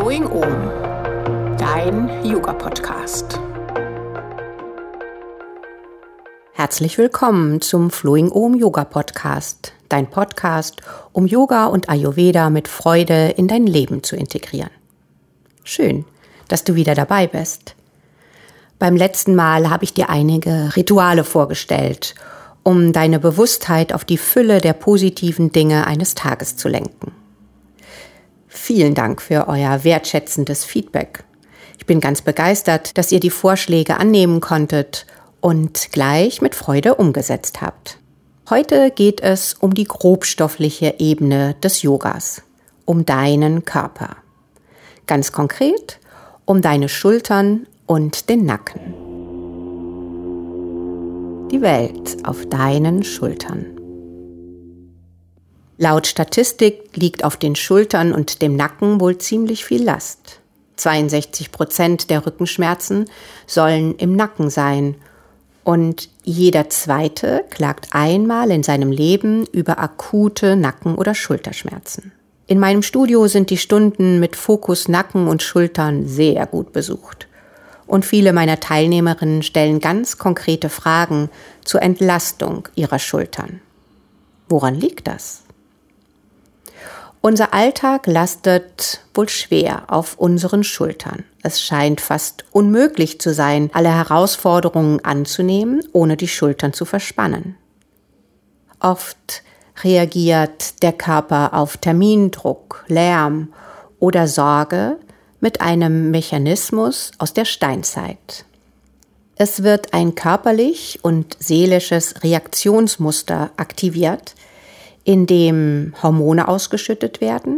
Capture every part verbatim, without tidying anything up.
Flowing Om, dein Yoga-Podcast. Herzlich willkommen zum Flowing Om Yoga Podcast, dein Podcast, um Yoga und Ayurveda mit Freude in dein Leben zu integrieren. Schön, dass du wieder dabei bist. Beim letzten Mal habe ich dir einige Rituale vorgestellt, um deine Bewusstheit auf die Fülle der positiven Dinge eines Tages zu lenken. Vielen Dank für euer wertschätzendes Feedback. Ich bin ganz begeistert, dass ihr die Vorschläge annehmen konntet und gleich mit Freude umgesetzt habt. Heute geht es um die grobstoffliche Ebene des Yogas, um deinen Körper. Ganz konkret um deine Schultern und den Nacken. Die Welt auf deinen Schultern. Laut Statistik liegt auf den Schultern und dem Nacken wohl ziemlich viel Last. zweiundsechzig Prozent der Rückenschmerzen sollen im Nacken sein und jeder Zweite klagt einmal in seinem Leben über akute Nacken- oder Schulterschmerzen. In meinem Studio sind die Stunden mit Fokus Nacken und Schultern sehr gut besucht. Und viele meiner Teilnehmerinnen stellen ganz konkrete Fragen zur Entlastung ihrer Schultern. Woran liegt das? Unser Alltag lastet wohl schwer auf unseren Schultern. Es scheint fast unmöglich zu sein, alle Herausforderungen anzunehmen, ohne die Schultern zu verspannen. Oft reagiert der Körper auf Termindruck, Lärm oder Sorge mit einem Mechanismus aus der Steinzeit. Es wird ein körperlich und seelisches Reaktionsmuster aktiviert, in dem Hormone ausgeschüttet werden,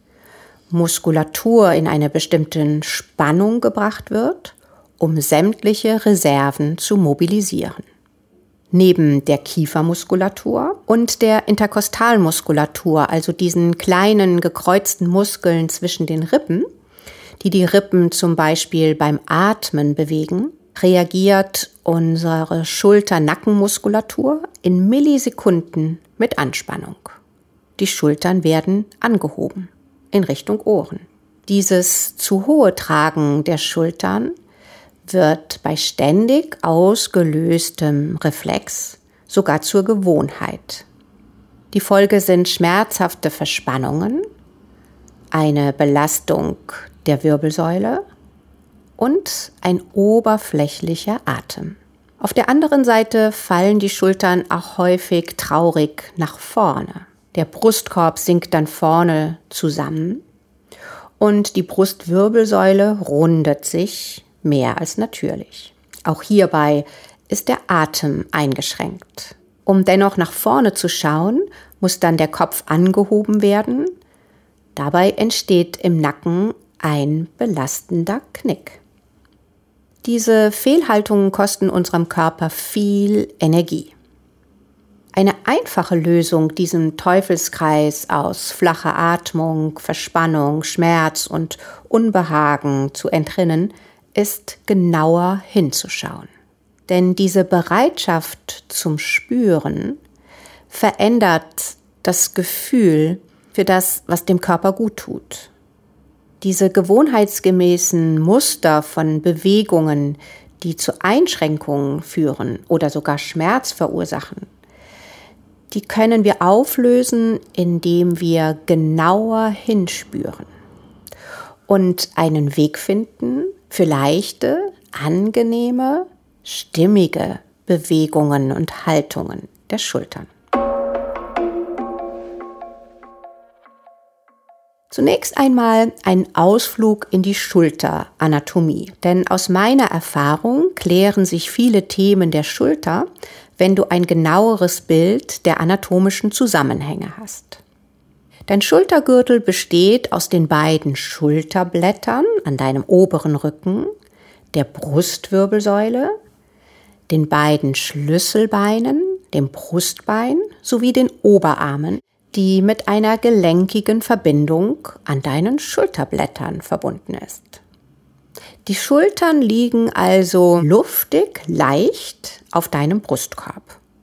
Muskulatur in eine bestimmte Spannung gebracht wird, um sämtliche Reserven zu mobilisieren. Neben der Kiefermuskulatur und der Interkostalmuskulatur, also diesen kleinen gekreuzten Muskeln zwischen den Rippen, die die Rippen zum Beispiel beim Atmen bewegen, reagiert unsere Schulter-Nackenmuskulatur in Millisekunden mit Anspannung. Die Schultern werden angehoben in Richtung Ohren. Dieses zu hohe Tragen der Schultern wird bei ständig ausgelöstem Reflex sogar zur Gewohnheit. Die Folge sind schmerzhafte Verspannungen, eine Belastung der Wirbelsäule und ein oberflächlicher Atem. Auf der anderen Seite fallen die Schultern auch häufig traurig nach vorne. Der Brustkorb sinkt dann vorne zusammen und die Brustwirbelsäule rundet sich mehr als natürlich. Auch hierbei ist der Atem eingeschränkt. Um dennoch nach vorne zu schauen, muss dann der Kopf angehoben werden. Dabei entsteht im Nacken ein belastender Knick. Diese Fehlhaltungen kosten unserem Körper viel Energie. Eine einfache Lösung, diesem Teufelskreis aus flacher Atmung, Verspannung, Schmerz und Unbehagen zu entrinnen, ist genauer hinzuschauen. Denn diese Bereitschaft zum Spüren verändert das Gefühl für das, was dem Körper gut tut. Diese gewohnheitsgemäßen Muster von Bewegungen, die zu Einschränkungen führen oder sogar Schmerz verursachen, die können wir auflösen, indem wir genauer hinspüren und einen Weg finden für leichte, angenehme, stimmige Bewegungen und Haltungen der Schultern. Zunächst einmal ein Ausflug in die Schulteranatomie, denn aus meiner Erfahrung klären sich viele Themen der Schulter, wenn du ein genaueres Bild der anatomischen Zusammenhänge hast. Dein Schultergürtel besteht aus den beiden Schulterblättern an deinem oberen Rücken, der Brustwirbelsäule, den beiden Schlüsselbeinen, dem Brustbein sowie den Oberarmen, die mit einer gelenkigen Verbindung an deinen Schulterblättern verbunden ist. Die Schultern liegen also luftig, leicht auf deinem Brustkorb.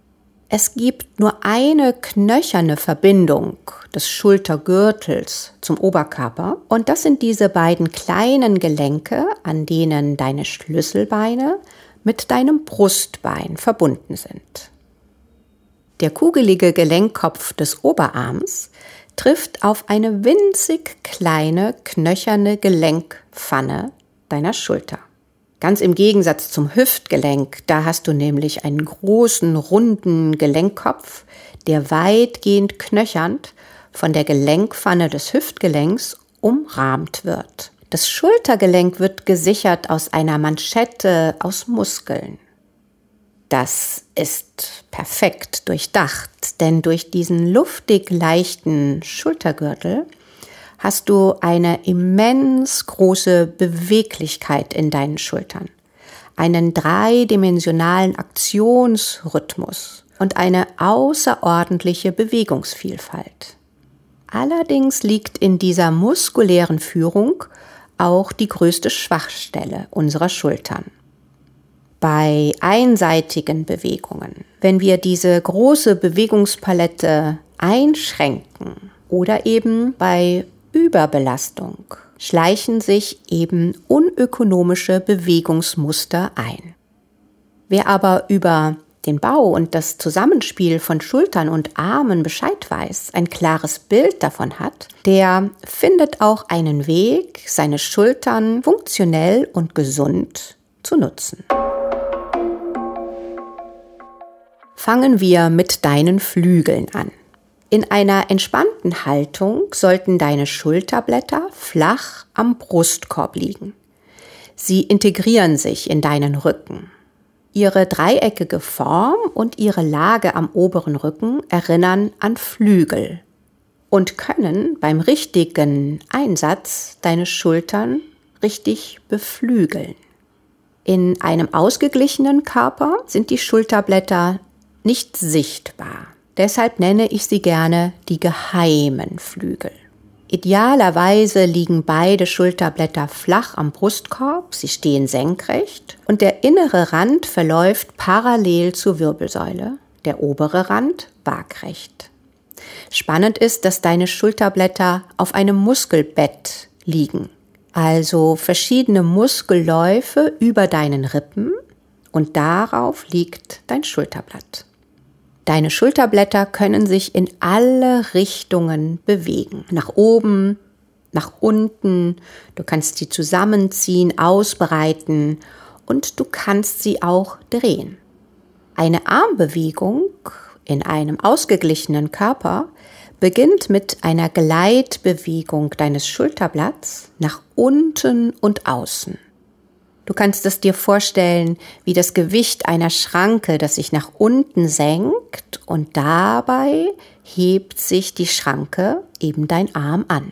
Es gibt nur eine knöcherne Verbindung des Schultergürtels zum Oberkörper und das sind diese beiden kleinen Gelenke, an denen deine Schlüsselbeine mit deinem Brustbein verbunden sind. Der kugelige Gelenkkopf des Oberarms trifft auf eine winzig kleine knöcherne Gelenkpfanne deiner Schulter. Ganz im Gegensatz zum Hüftgelenk, da hast du nämlich einen großen, runden Gelenkkopf, der weitgehend knöchernd von der Gelenkpfanne des Hüftgelenks umrahmt wird. Das Schultergelenk wird gesichert aus einer Manschette aus Muskeln. Das ist perfekt durchdacht, denn durch diesen luftig leichten Schultergürtel hast du eine immens große Beweglichkeit in deinen Schultern, einen dreidimensionalen Aktionsrhythmus und eine außerordentliche Bewegungsvielfalt. Allerdings liegt in dieser muskulären Führung auch die größte Schwachstelle unserer Schultern. Bei einseitigen Bewegungen, wenn wir diese große Bewegungspalette einschränken oder eben bei Überbelastung, schleichen sich eben unökonomische Bewegungsmuster ein. Wer aber über den Bau und das Zusammenspiel von Schultern und Armen Bescheid weiß, ein klares Bild davon hat, der findet auch einen Weg, seine Schultern funktionell und gesund zu nutzen. Fangen wir mit deinen Flügeln an. In einer entspannten Haltung sollten deine Schulterblätter flach am Brustkorb liegen. Sie integrieren sich in deinen Rücken. Ihre dreieckige Form und ihre Lage am oberen Rücken erinnern an Flügel und können beim richtigen Einsatz deine Schultern richtig beflügeln. In einem ausgeglichenen Körper sind die Schulterblätter nicht sichtbar. Deshalb nenne ich sie gerne die geheimen Flügel. Idealerweise liegen beide Schulterblätter flach am Brustkorb, sie stehen senkrecht und der innere Rand verläuft parallel zur Wirbelsäule, der obere Rand waagrecht. Spannend ist, dass deine Schulterblätter auf einem Muskelbett liegen, also verschiedene Muskelläufe über deinen Rippen und darauf liegt dein Schulterblatt. Deine Schulterblätter können sich in alle Richtungen bewegen. Nach oben, nach unten. Du kannst sie zusammenziehen, ausbreiten und du kannst sie auch drehen. Eine Armbewegung in einem ausgeglichenen Körper beginnt mit einer Gleitbewegung deines Schulterblatts nach unten und außen. Du kannst es dir vorstellen wie das Gewicht einer Schranke, das sich nach unten senkt und dabei hebt sich die Schranke, eben dein Arm, an.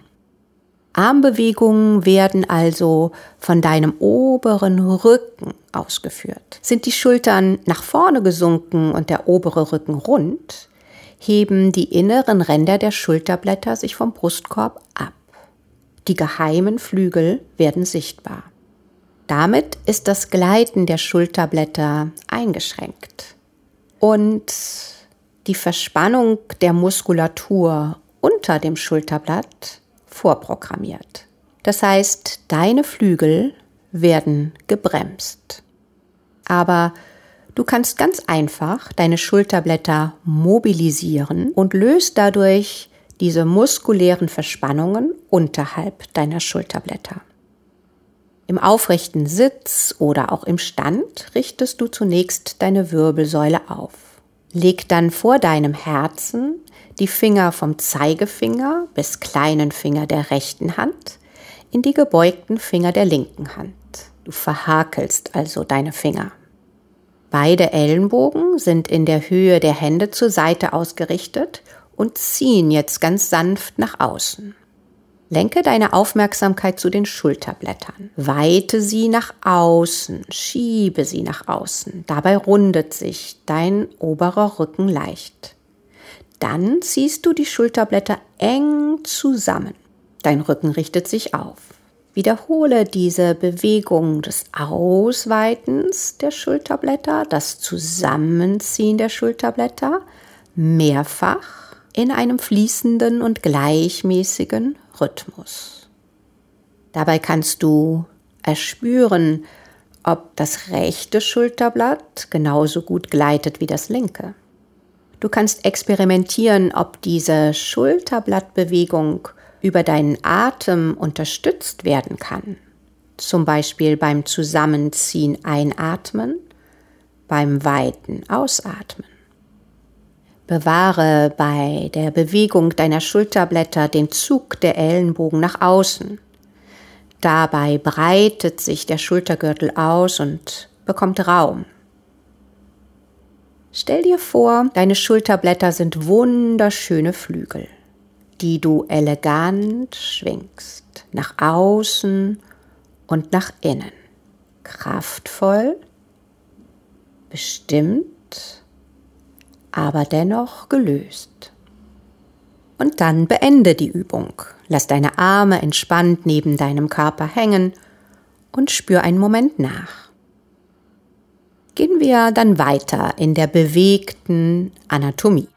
Armbewegungen werden also von deinem oberen Rücken ausgeführt. Sind die Schultern nach vorne gesunken und der obere Rücken rund, heben die inneren Ränder der Schulterblätter sich vom Brustkorb ab. Die geheimen Flügel werden sichtbar. Damit ist das Gleiten der Schulterblätter eingeschränkt und die Verspannung der Muskulatur unter dem Schulterblatt vorprogrammiert. Das heißt, deine Flügel werden gebremst. Aber du kannst ganz einfach deine Schulterblätter mobilisieren und löst dadurch diese muskulären Verspannungen unterhalb deiner Schulterblätter. Im aufrechten Sitz oder auch im Stand richtest du zunächst deine Wirbelsäule auf. Leg dann vor deinem Herzen die Finger vom Zeigefinger bis kleinen Finger der rechten Hand in die gebeugten Finger der linken Hand. Du verhakelst also deine Finger. Beide Ellenbogen sind in der Höhe der Hände zur Seite ausgerichtet und ziehen jetzt ganz sanft nach außen. Lenke deine Aufmerksamkeit zu den Schulterblättern. Weite sie nach außen, schiebe sie nach außen. Dabei rundet sich dein oberer Rücken leicht. Dann ziehst du die Schulterblätter eng zusammen. Dein Rücken richtet sich auf. Wiederhole diese Bewegung des Ausweitens der Schulterblätter, das Zusammenziehen der Schulterblätter mehrfach in einem fließenden und gleichmäßigen Rhythmus. Dabei kannst du erspüren, ob das rechte Schulterblatt genauso gut gleitet wie das linke. Du kannst experimentieren, ob diese Schulterblattbewegung über deinen Atem unterstützt werden kann. Zum Beispiel beim Zusammenziehen einatmen, beim Weiten ausatmen. Bewahre bei der Bewegung deiner Schulterblätter den Zug der Ellenbogen nach außen. Dabei breitet sich der Schultergürtel aus und bekommt Raum. Stell dir vor, deine Schulterblätter sind wunderschöne Flügel, die du elegant schwingst, nach außen und nach innen. Kraftvoll, bestimmt, aber dennoch gelöst. Und dann beende die Übung. Lass deine Arme entspannt neben deinem Körper hängen und spür einen Moment nach. Gehen wir dann weiter in der bewegten Anatomie.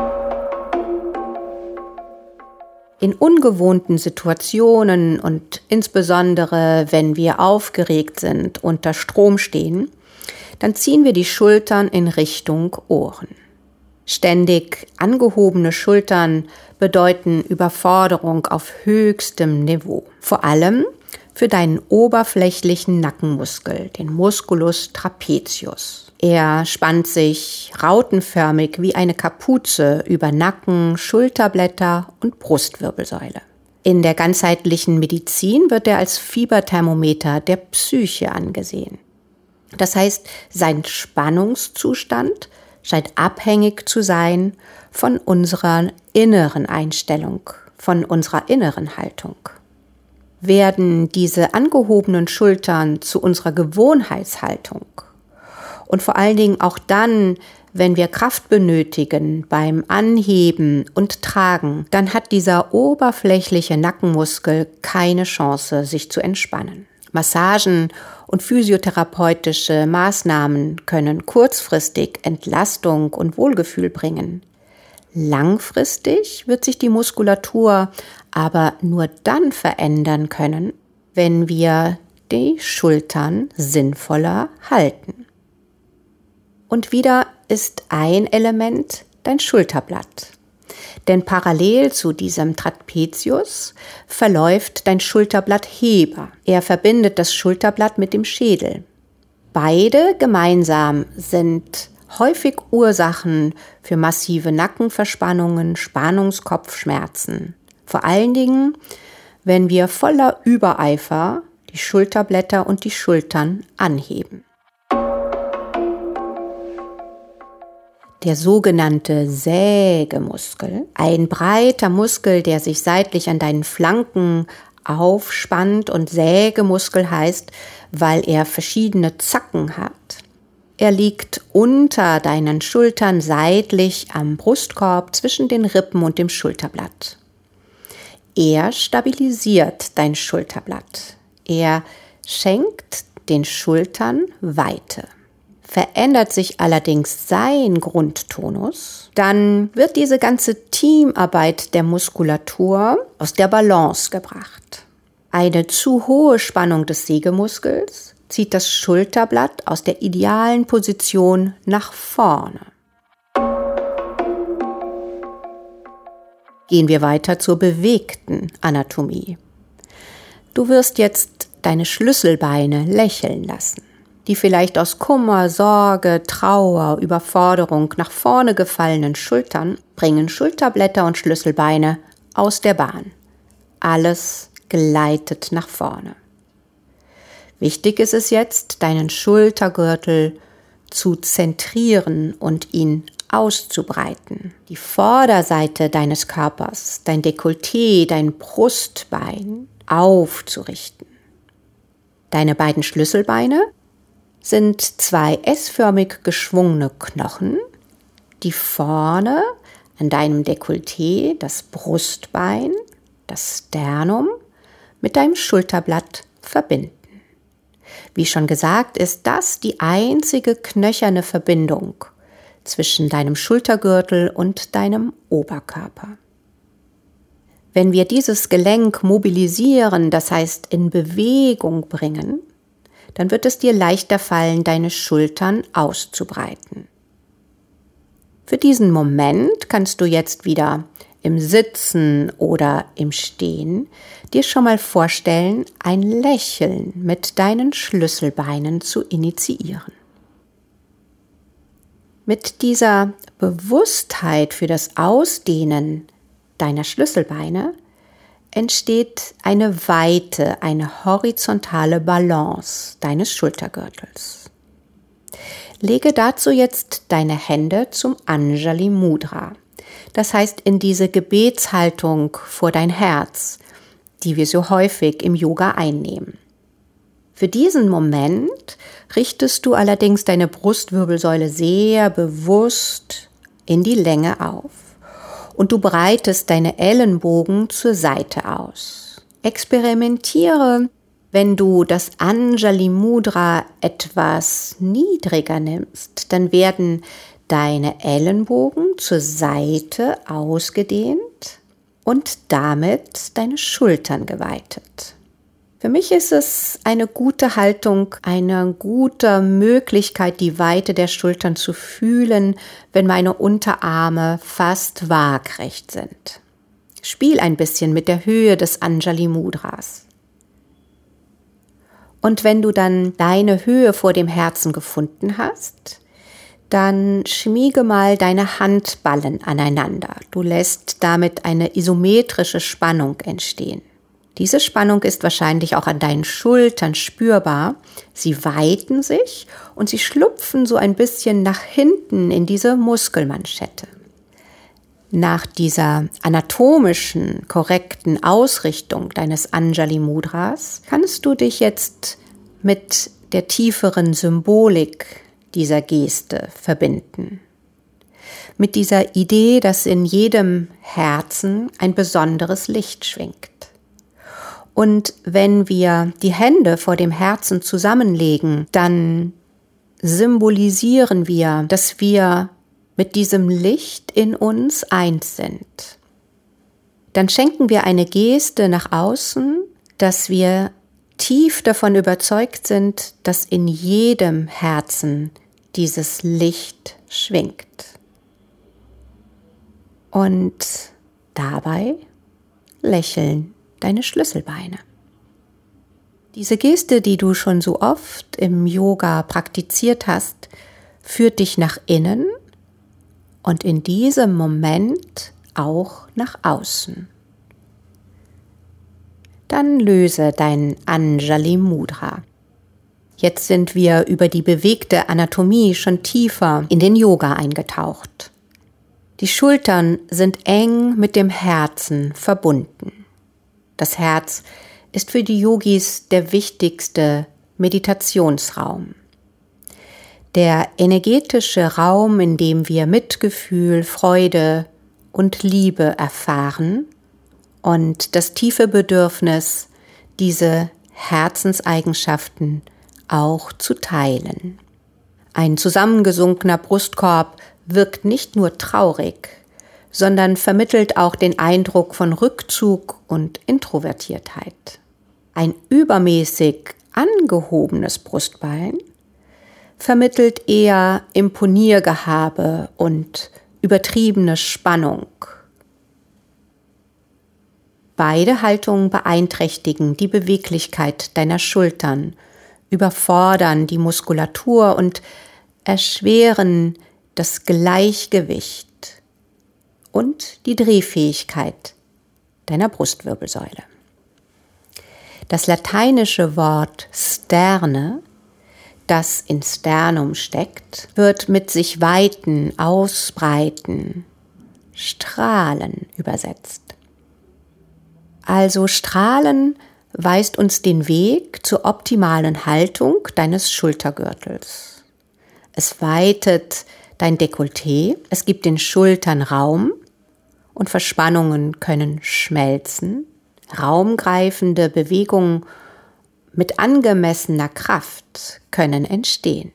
In ungewohnten Situationen und insbesondere wenn wir aufgeregt sind, unter Strom stehen, dann ziehen wir die Schultern in Richtung Ohren. Ständig angehobene Schultern bedeuten Überforderung auf höchstem Niveau. Vor allem für deinen oberflächlichen Nackenmuskel, den Musculus trapezius. Er spannt sich rautenförmig wie eine Kapuze über Nacken, Schulterblätter und Brustwirbelsäule. In der ganzheitlichen Medizin wird er als Fieberthermometer der Psyche angesehen. Das heißt, sein Spannungszustand scheint abhängig zu sein von unserer inneren Einstellung, von unserer inneren Haltung. Werden diese angehobenen Schultern zu unserer Gewohnheitshaltung und vor allen Dingen auch dann, wenn wir Kraft benötigen beim Anheben und Tragen, dann hat dieser oberflächliche Nackenmuskel keine Chance, sich zu entspannen. Massagen und physiotherapeutische Maßnahmen können kurzfristig Entlastung und Wohlgefühl bringen. Langfristig wird sich die Muskulatur aber nur dann verändern können, wenn wir die Schultern sinnvoller halten. Und wieder ist ein Element dein Schulterblatt. Denn parallel zu diesem Trapezius verläuft dein Schulterblattheber. Er verbindet das Schulterblatt mit dem Schädel. Beide gemeinsam sind häufig Ursachen für massive Nackenverspannungen, Spannungskopfschmerzen. Vor allen Dingen, wenn wir voller Übereifer die Schulterblätter und die Schultern anheben. Der sogenannte Sägemuskel, ein breiter Muskel, der sich seitlich an deinen Flanken aufspannt, und Sägemuskel heißt, weil er verschiedene Zacken hat. Er liegt unter deinen Schultern seitlich am Brustkorb zwischen den Rippen und dem Schulterblatt. Er stabilisiert dein Schulterblatt. Er schenkt den Schultern Weite. Verändert sich allerdings sein Grundtonus, dann wird diese ganze Teamarbeit der Muskulatur aus der Balance gebracht. Eine zu hohe Spannung des Sägemuskels zieht das Schulterblatt aus der idealen Position nach vorne. Gehen wir weiter zur bewegten Anatomie. Du wirst jetzt deine Schlüsselbeine lächeln lassen. Die vielleicht aus Kummer, Sorge, Trauer, Überforderung nach vorne gefallenen Schultern bringen Schulterblätter und Schlüsselbeine aus der Bahn. Alles gleitet nach vorne. Wichtig ist es jetzt, deinen Schultergürtel zu zentrieren und ihn auszubreiten. Die Vorderseite deines Körpers, dein Dekolleté, dein Brustbein aufzurichten. Deine beiden Schlüsselbeine sind zwei S-förmig geschwungene Knochen, die vorne an deinem Dekolleté das Brustbein, das Sternum, mit deinem Schulterblatt verbinden. Wie schon gesagt, ist das die einzige knöcherne Verbindung zwischen deinem Schultergürtel und deinem Oberkörper. Wenn wir dieses Gelenk mobilisieren, das heißt in Bewegung bringen, dann wird es dir leichter fallen, deine Schultern auszubreiten. Für diesen Moment kannst du jetzt wieder im Sitzen oder im Stehen dir schon mal vorstellen, ein Lächeln mit deinen Schlüsselbeinen zu initiieren. Mit dieser Bewusstheit für das Ausdehnen deiner Schlüsselbeine entsteht eine Weite, eine horizontale Balance deines Schultergürtels. Lege dazu jetzt deine Hände zum Anjali Mudra, das heißt in diese Gebetshaltung vor dein Herz, die wir so häufig im Yoga einnehmen. Für diesen Moment richtest du allerdings deine Brustwirbelsäule sehr bewusst in die Länge auf. Und du breitest deine Ellenbogen zur Seite aus. Experimentiere, wenn du das Anjali Mudra etwas niedriger nimmst, dann werden deine Ellenbogen zur Seite ausgedehnt und damit deine Schultern geweitet. Für mich ist es eine gute Haltung, eine gute Möglichkeit, die Weite der Schultern zu fühlen, wenn meine Unterarme fast waagrecht sind. Spiel ein bisschen mit der Höhe des Anjali Mudras. Und wenn du dann deine Höhe vor dem Herzen gefunden hast, dann schmiege mal deine Handballen aneinander. Du lässt damit eine isometrische Spannung entstehen. Diese Spannung ist wahrscheinlich auch an deinen Schultern spürbar. Sie weiten sich und sie schlupfen so ein bisschen nach hinten in diese Muskelmanschette. Nach dieser anatomischen, korrekten Ausrichtung deines Anjali Mudras kannst du dich jetzt mit der tieferen Symbolik dieser Geste verbinden. Mit dieser Idee, dass in jedem Herzen ein besonderes Licht schwingt. Und wenn wir die Hände vor dem Herzen zusammenlegen, dann symbolisieren wir, dass wir mit diesem Licht in uns eins sind. Dann schenken wir eine Geste nach außen, dass wir tief davon überzeugt sind, dass in jedem Herzen dieses Licht schwingt. Und dabei lächeln deine Schlüsselbeine. Diese Geste, die du schon so oft im Yoga praktiziert hast, führt dich nach innen und in diesem Moment auch nach außen. Dann löse dein Anjali Mudra. Jetzt sind wir über die bewegte Anatomie schon tiefer in den Yoga eingetaucht. Die Schultern sind eng mit dem Herzen verbunden. Das Herz ist für die Yogis der wichtigste Meditationsraum. Der energetische Raum, in dem wir Mitgefühl, Freude und Liebe erfahren und das tiefe Bedürfnis, diese Herzenseigenschaften auch zu teilen. Ein zusammengesunkener Brustkorb wirkt nicht nur traurig, sondern vermittelt auch den Eindruck von Rückzug und Introvertiertheit. Ein übermäßig angehobenes Brustbein vermittelt eher Imponiergehabe und übertriebene Spannung. Beide Haltungen beeinträchtigen die Beweglichkeit deiner Schultern, überfordern die Muskulatur und erschweren das Gleichgewicht und die Drehfähigkeit deiner Brustwirbelsäule. Das lateinische Wort Sterne, das in Sternum steckt, wird mit sich weiten, ausbreiten, strahlen übersetzt. Also strahlen weist uns den Weg zur optimalen Haltung deines Schultergürtels. Es weitet dein Dekolleté, es gibt den Schultern Raum und Verspannungen können schmelzen, Raumgreifende Bewegungen mit angemessener Kraft können entstehen.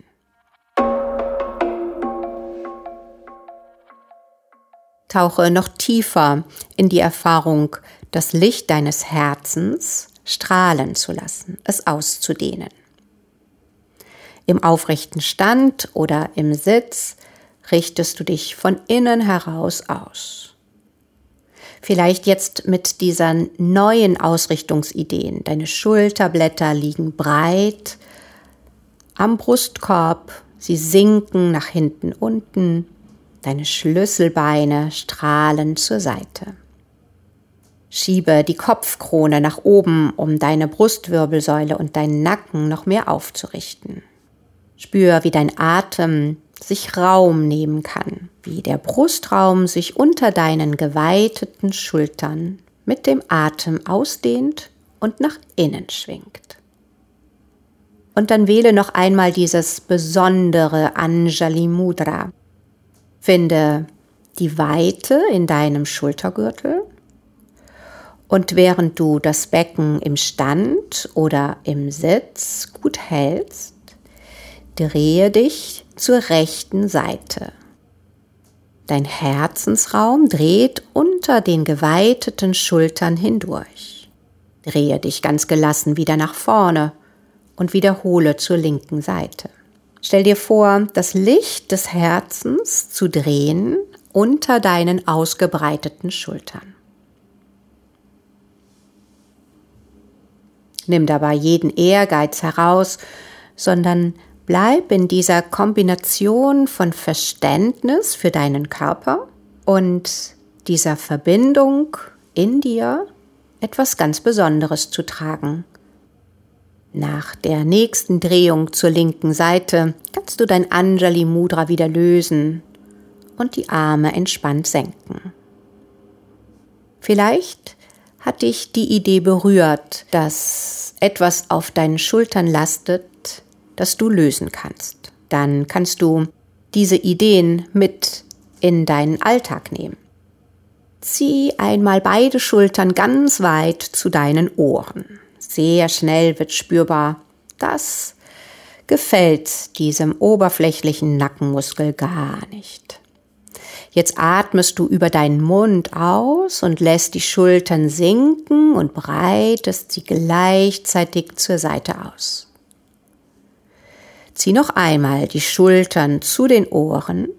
Tauche noch tiefer in die Erfahrung, das Licht deines Herzens strahlen zu lassen, es auszudehnen. Im aufrechten Stand oder im Sitz richtest du dich von innen heraus aus. Vielleicht jetzt mit dieser neuen Ausrichtungsideen. Deine Schulterblätter liegen breit am Brustkorb, sie sinken nach hinten unten, deine Schlüsselbeine strahlen zur Seite. Schiebe die Kopfkrone nach oben, um deine Brustwirbelsäule und deinen Nacken noch mehr aufzurichten. Spür, wie dein Atem sich Raum nehmen kann, wie der Brustraum sich unter deinen geweiteten Schultern mit dem Atem ausdehnt und nach innen schwingt. Und dann wähle noch einmal dieses besondere Anjali Mudra. Finde die Weite in deinem Schultergürtel und während du das Becken im Stand oder im Sitz gut hältst, drehe dich zur rechten Seite. Dein Herzensraum dreht unter den geweiteten Schultern hindurch. Drehe dich ganz gelassen wieder nach vorne und wiederhole zur linken Seite. Stell dir vor, das Licht des Herzens zu drehen unter deinen ausgebreiteten Schultern. Nimm dabei jeden Ehrgeiz heraus, sondern bleib in dieser Kombination von Verständnis für deinen Körper und dieser Verbindung in dir, etwas ganz Besonderes zu tragen. Nach der nächsten Drehung zur linken Seite kannst du dein Anjali Mudra wieder lösen und die Arme entspannt senken. Vielleicht hat dich die Idee berührt, dass etwas auf deinen Schultern lastet, das du lösen kannst. Dann kannst du diese Ideen mit in deinen Alltag nehmen. Zieh einmal beide Schultern ganz weit zu deinen Ohren. Sehr schnell wird spürbar, das gefällt diesem oberflächlichen Nackenmuskel gar nicht. Jetzt atmest du über deinen Mund aus und lässt die Schultern sinken und breitest sie gleichzeitig zur Seite aus. Zieh noch einmal die Schultern zu den Ohren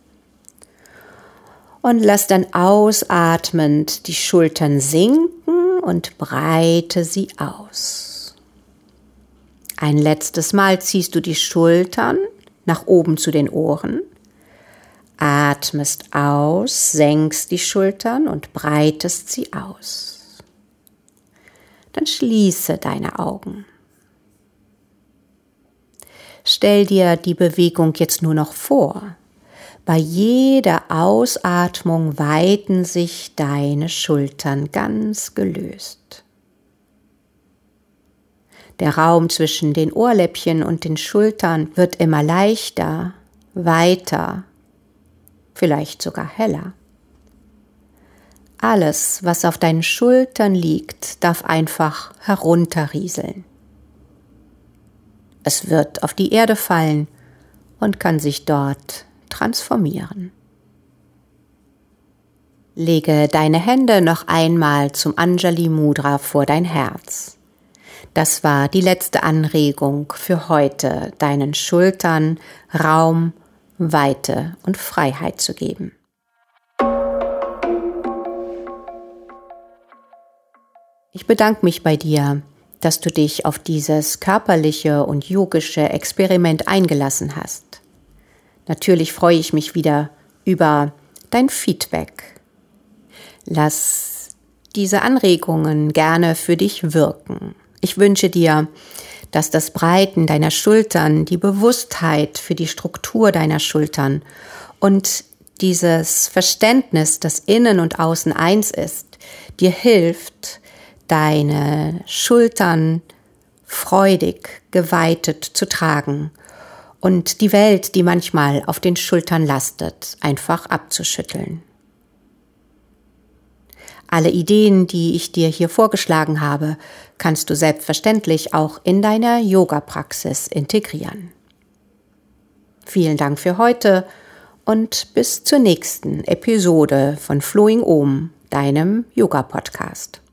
und lass dann ausatmend die Schultern sinken und breite sie aus. Ein letztes Mal ziehst du die Schultern nach oben zu den Ohren, atmest aus, senkst die Schultern und breitest sie aus. Dann schließe deine Augen. Stell dir die Bewegung jetzt nur noch vor. Bei jeder Ausatmung weiten sich deine Schultern ganz gelöst. Der Raum zwischen den Ohrläppchen und den Schultern wird immer leichter, weiter, vielleicht sogar heller. Alles, was auf deinen Schultern liegt, darf einfach herunterrieseln. Es wird auf die Erde fallen und kann sich dort transformieren. Lege deine Hände noch einmal zum Anjali Mudra vor dein Herz. Das war die letzte Anregung für heute, deinen Schultern Raum, Weite und Freiheit zu geben. Ich bedanke mich bei dir, dass du dich auf dieses körperliche und yogische Experiment eingelassen hast. Natürlich freue ich mich wieder über dein Feedback. Lass diese Anregungen gerne für dich wirken. Ich wünsche dir, dass das Breiten deiner Schultern, die Bewusstheit für die Struktur deiner Schultern und dieses Verständnis, dass Innen und Außen eins ist, dir hilft, deine Schultern freudig, geweitet zu tragen und die Welt, die manchmal auf den Schultern lastet, einfach abzuschütteln. Alle Ideen, die ich dir hier vorgeschlagen habe, kannst du selbstverständlich auch in deiner Yoga-Praxis integrieren. Vielen Dank für heute und bis zur nächsten Episode von Flowing Om, deinem Yoga-Podcast.